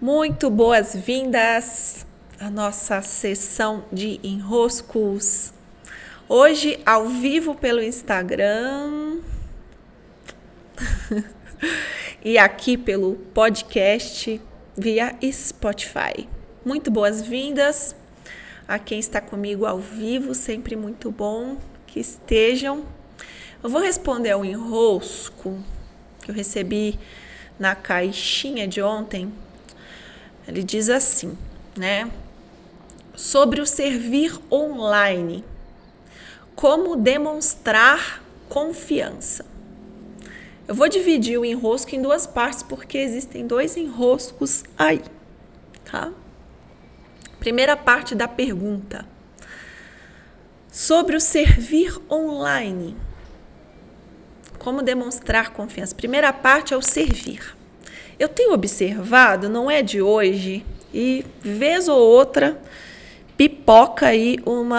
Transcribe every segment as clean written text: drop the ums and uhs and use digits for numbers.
Muito boas-vindas à nossa sessão de enroscos. Hoje, ao vivo pelo Instagram e aqui pelo podcast via Spotify. Muito boas-vindas a quem está comigo ao vivo, sempre muito bom que estejam. Eu vou responder ao enrosco que eu recebi na caixinha de ontem. Ele diz assim, né? Sobre o servir online. Como demonstrar confiança. Eu vou dividir o enrosco em duas partes porque existem dois enroscos aí, tá? Primeira parte da pergunta. Sobre o servir online. Como demonstrar confiança? Primeira parte é o servir. Eu tenho observado, não é de hoje, e vez ou outra pipoca aí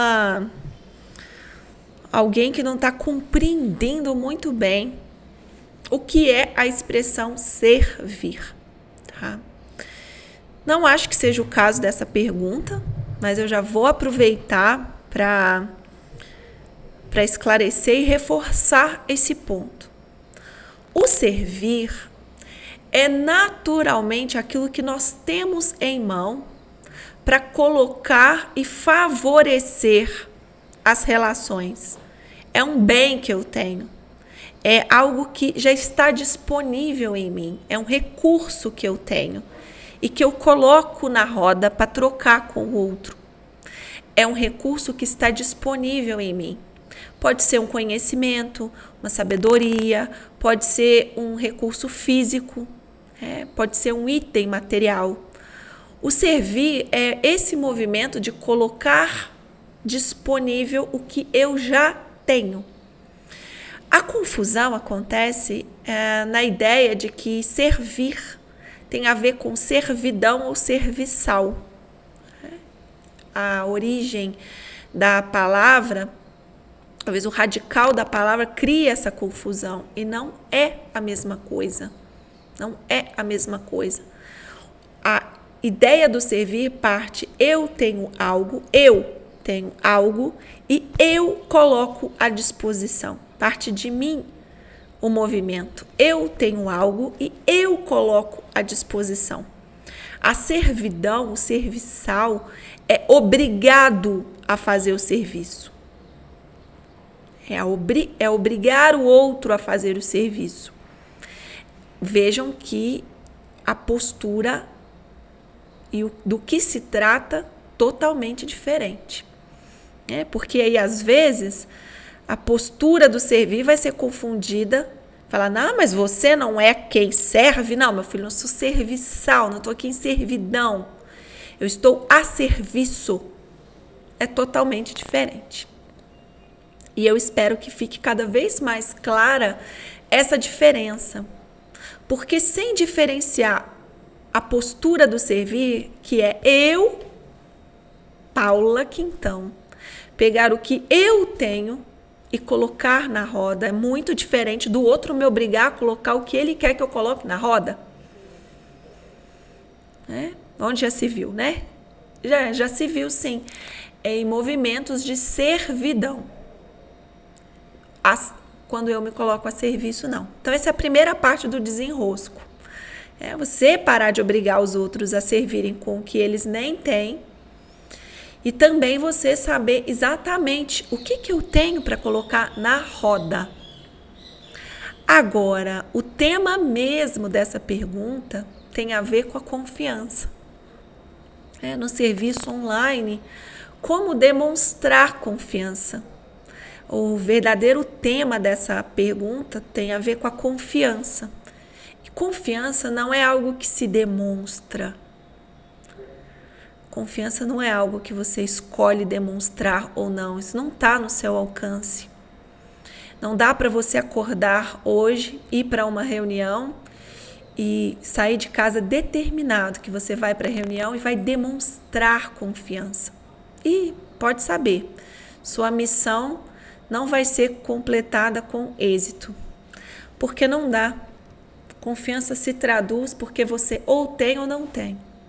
alguém que não está compreendendo muito bem o que é a expressão servir, tá? Não acho que seja o caso dessa pergunta, mas eu já vou aproveitar para esclarecer e reforçar esse ponto. O servir é naturalmente aquilo que nós temos em mão para colocar e favorecer as relações. É um bem que eu tenho. É algo que já está disponível em mim. É um recurso que eu tenho e que eu coloco na roda para trocar com o outro. É um recurso que está disponível em mim. Pode ser um conhecimento, uma sabedoria, pode ser um recurso físico, pode ser um item material. O servir é esse movimento de colocar disponível o que eu já tenho. A confusão acontece na ideia de que servir tem a ver com servidão ou serviçal. A origem da palavra, talvez o radical da palavra, cria essa confusão e não é a mesma coisa. Não é a mesma coisa. A ideia do servir parte, eu tenho algo e eu coloco à disposição. Parte de mim o movimento. Eu tenho algo e eu coloco à disposição. A servidão, o serviçal, é obrigado a fazer o serviço. É obrigar o outro a fazer o serviço. Vejam que a postura e do que se trata totalmente diferente. Porque aí, às vezes, a postura do servir vai ser confundida. Falar, não, mas você não é quem serve. Não, meu filho, eu sou serviçal, não estou aqui em servidão. Eu estou a serviço. É totalmente diferente. E eu espero que fique cada vez mais clara essa diferença. Porque sem diferenciar a postura do servir, que é eu, Paula Quintão, pegar o que eu tenho e colocar na roda, é muito diferente do outro me obrigar a colocar o que ele quer que eu coloque na roda. Onde já se viu, né? Já se viu, sim, em movimentos de servidão. Quando eu me coloco a serviço, não. Então, essa é a primeira parte do desenrosco. Você parar de obrigar os outros a servirem com o que eles nem têm e também você saber exatamente o que eu tenho para colocar na roda. Agora, o tema mesmo dessa pergunta tem a ver com a confiança. No serviço online, como demonstrar confiança? O verdadeiro tema dessa pergunta tem a ver com a confiança. E confiança não é algo que se demonstra. Confiança não é algo que você escolhe demonstrar ou não. Isso não está no seu alcance. Não dá para você acordar hoje, ir para uma reunião e sair de casa determinado que você vai para a reunião e vai demonstrar confiança. E pode saber, sua missão não vai ser completada com êxito, porque não dá. Confiança se traduz porque você ou tem ou não tem.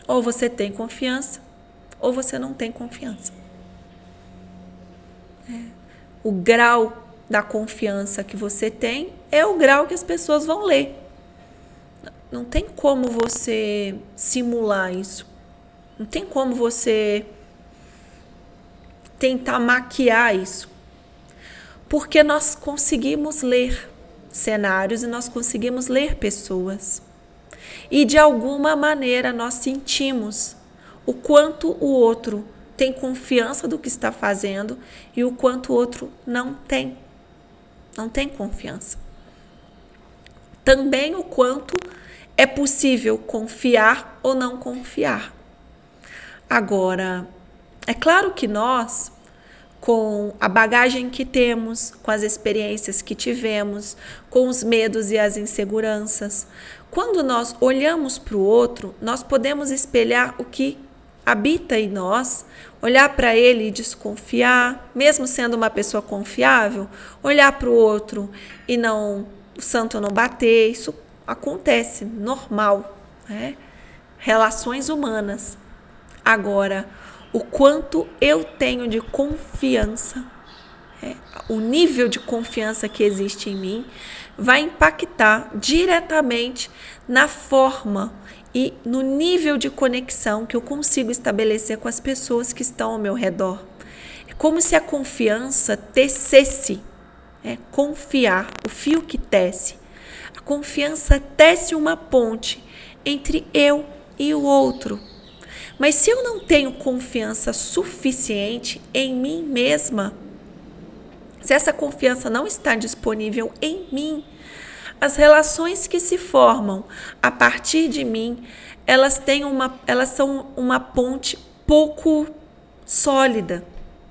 Ou você tem confiança, ou você não tem confiança. O grau da confiança que você tem é o grau que as pessoas vão ler. Não tem como você simular isso. Não tem como você tentar maquiar isso. Porque nós conseguimos ler cenários e nós conseguimos ler pessoas. E de alguma maneira nós sentimos o quanto o outro tem confiança do que está fazendo e o quanto o outro não tem. Não tem confiança. Também o quanto é possível confiar ou não confiar. Agora, é claro que nós, com a bagagem que temos, com as experiências que tivemos, com os medos e as inseguranças, quando nós olhamos para o outro, nós podemos espelhar o que habita em nós, olhar para ele e desconfiar, mesmo sendo uma pessoa confiável, olhar para o outro e o santo não bater, isso acontece, normal, né? Relações humanas. Agora, o quanto eu tenho de confiança, o nível de confiança que existe em mim, vai impactar diretamente na forma e no nível de conexão que eu consigo estabelecer com as pessoas que estão ao meu redor. É como se a confiança tecesse, confiar, o fio que tece. A confiança tece uma ponte entre eu e o outro. Mas se eu não tenho confiança suficiente em mim mesma, se essa confiança não está disponível em mim, as relações que se formam a partir de mim, elas são uma ponte pouco sólida.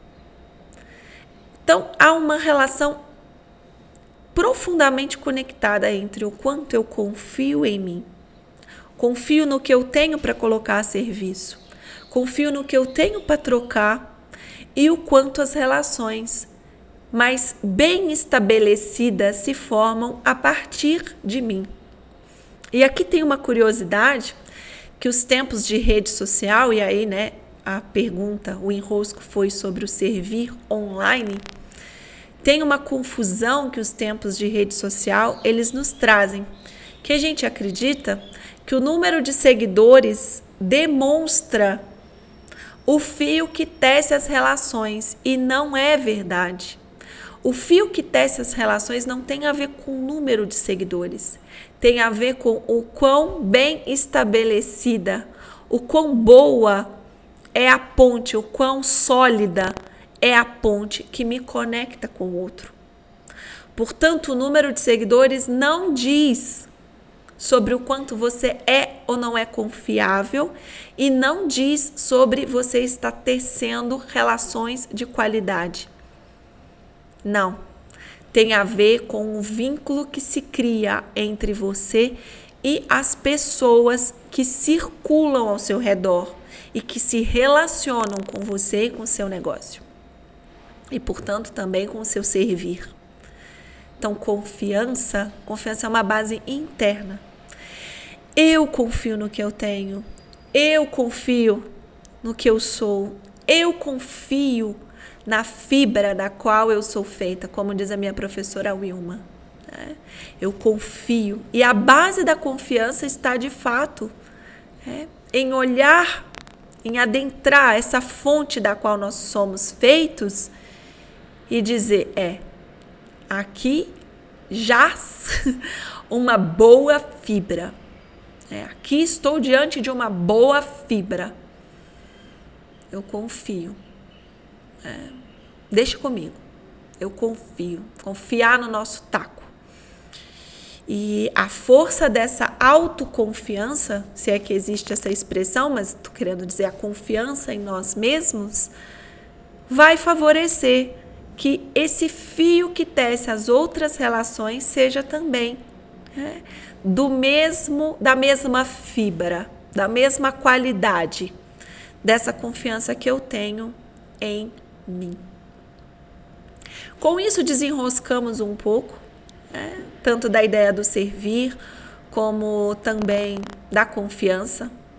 Então, há uma relação profundamente conectada entre o quanto eu confio em mim, confio no que eu tenho para colocar a serviço, confio no que eu tenho para trocar e o quanto as relações mais bem estabelecidas se formam a partir de mim. E aqui tem uma curiosidade, que os tempos de rede social, e aí, a pergunta, o enrosco foi sobre o servir online, tem uma confusão que os tempos de rede social, eles nos trazem, que a gente acredita que o número de seguidores demonstra o fio que tece as relações, e não é verdade. O fio que tece as relações não tem a ver com o número de seguidores, tem a ver com o quão bem estabelecida, o quão boa é a ponte, o quão sólida é a ponte que me conecta com o outro. Portanto, o número de seguidores não diz sobre o quanto você é ou não é confiável e não diz sobre você estar tecendo relações de qualidade. Não. Tem a ver com o vínculo que se cria entre você e as pessoas que circulam ao seu redor e que se relacionam com você e com o seu negócio. E, portanto, também com o seu servir. Então, confiança é uma base interna. Eu confio no que eu tenho. Eu confio no que eu sou. Eu confio na fibra da qual eu sou feita, como diz a minha professora Wilma. Eu confio. E a base da confiança está, de fato, em olhar, em adentrar essa fonte da qual nós somos feitos e dizer, aqui jaz uma boa fibra. Aqui estou diante de uma boa fibra. Eu confio. Deixa comigo. Eu confio. Confiar no nosso taco. E a força dessa autoconfiança, se é que existe essa expressão, mas estou querendo dizer a confiança em nós mesmos, vai favorecer que esse fio que tece as outras relações seja também da mesma fibra, da mesma qualidade dessa confiança que eu tenho em mim. Com isso, desenroscamos um pouco, tanto da ideia do servir, como também da confiança.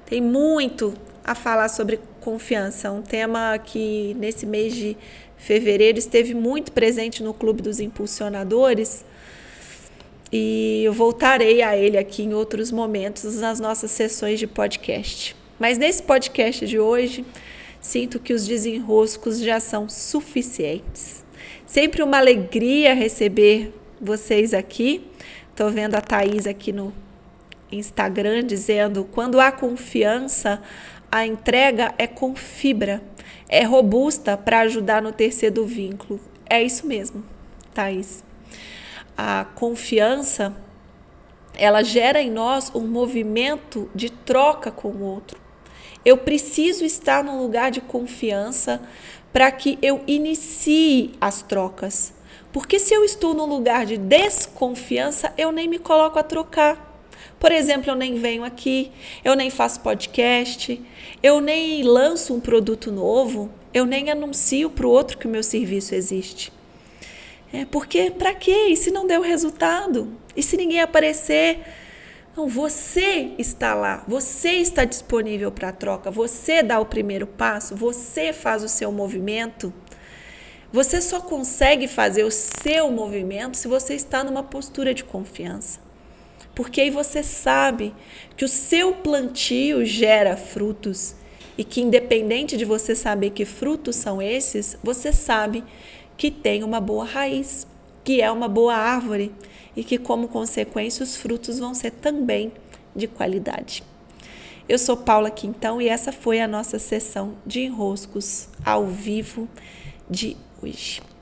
Tem muito a falar sobre confiança, um tema que nesse mês de fevereiro esteve muito presente no Clube dos Impulsionadores, e eu voltarei a ele aqui em outros momentos nas nossas sessões de podcast. Mas nesse podcast de hoje, sinto que os desenroscos já são suficientes. Sempre uma alegria receber vocês aqui. Estou vendo a Thaís aqui no Instagram dizendo: quando há confiança, a entrega é com fibra, é robusta para ajudar no tecer do vínculo. É isso mesmo, Thaís. A confiança, ela gera em nós um movimento de troca com o outro. Eu preciso estar num lugar de confiança para que eu inicie as trocas. Porque se eu estou num lugar de desconfiança, eu nem me coloco a trocar. Por exemplo, eu nem venho aqui, eu nem faço podcast, eu nem lanço um produto novo, eu nem anuncio para o outro que o meu serviço existe. Porque para quê? E se não deu resultado? E se ninguém aparecer? Não, você está lá, você está disponível para a troca, você dá o primeiro passo, você faz o seu movimento. Você só consegue fazer o seu movimento se você está numa postura de confiança. Porque aí você sabe que o seu plantio gera frutos e que, independente de você saber que frutos são esses, você sabe que tem uma boa raiz, que é uma boa árvore e que, como consequência, os frutos vão ser também de qualidade. Eu sou Paula Quintão e essa foi a nossa sessão de enroscos ao vivo de hoje.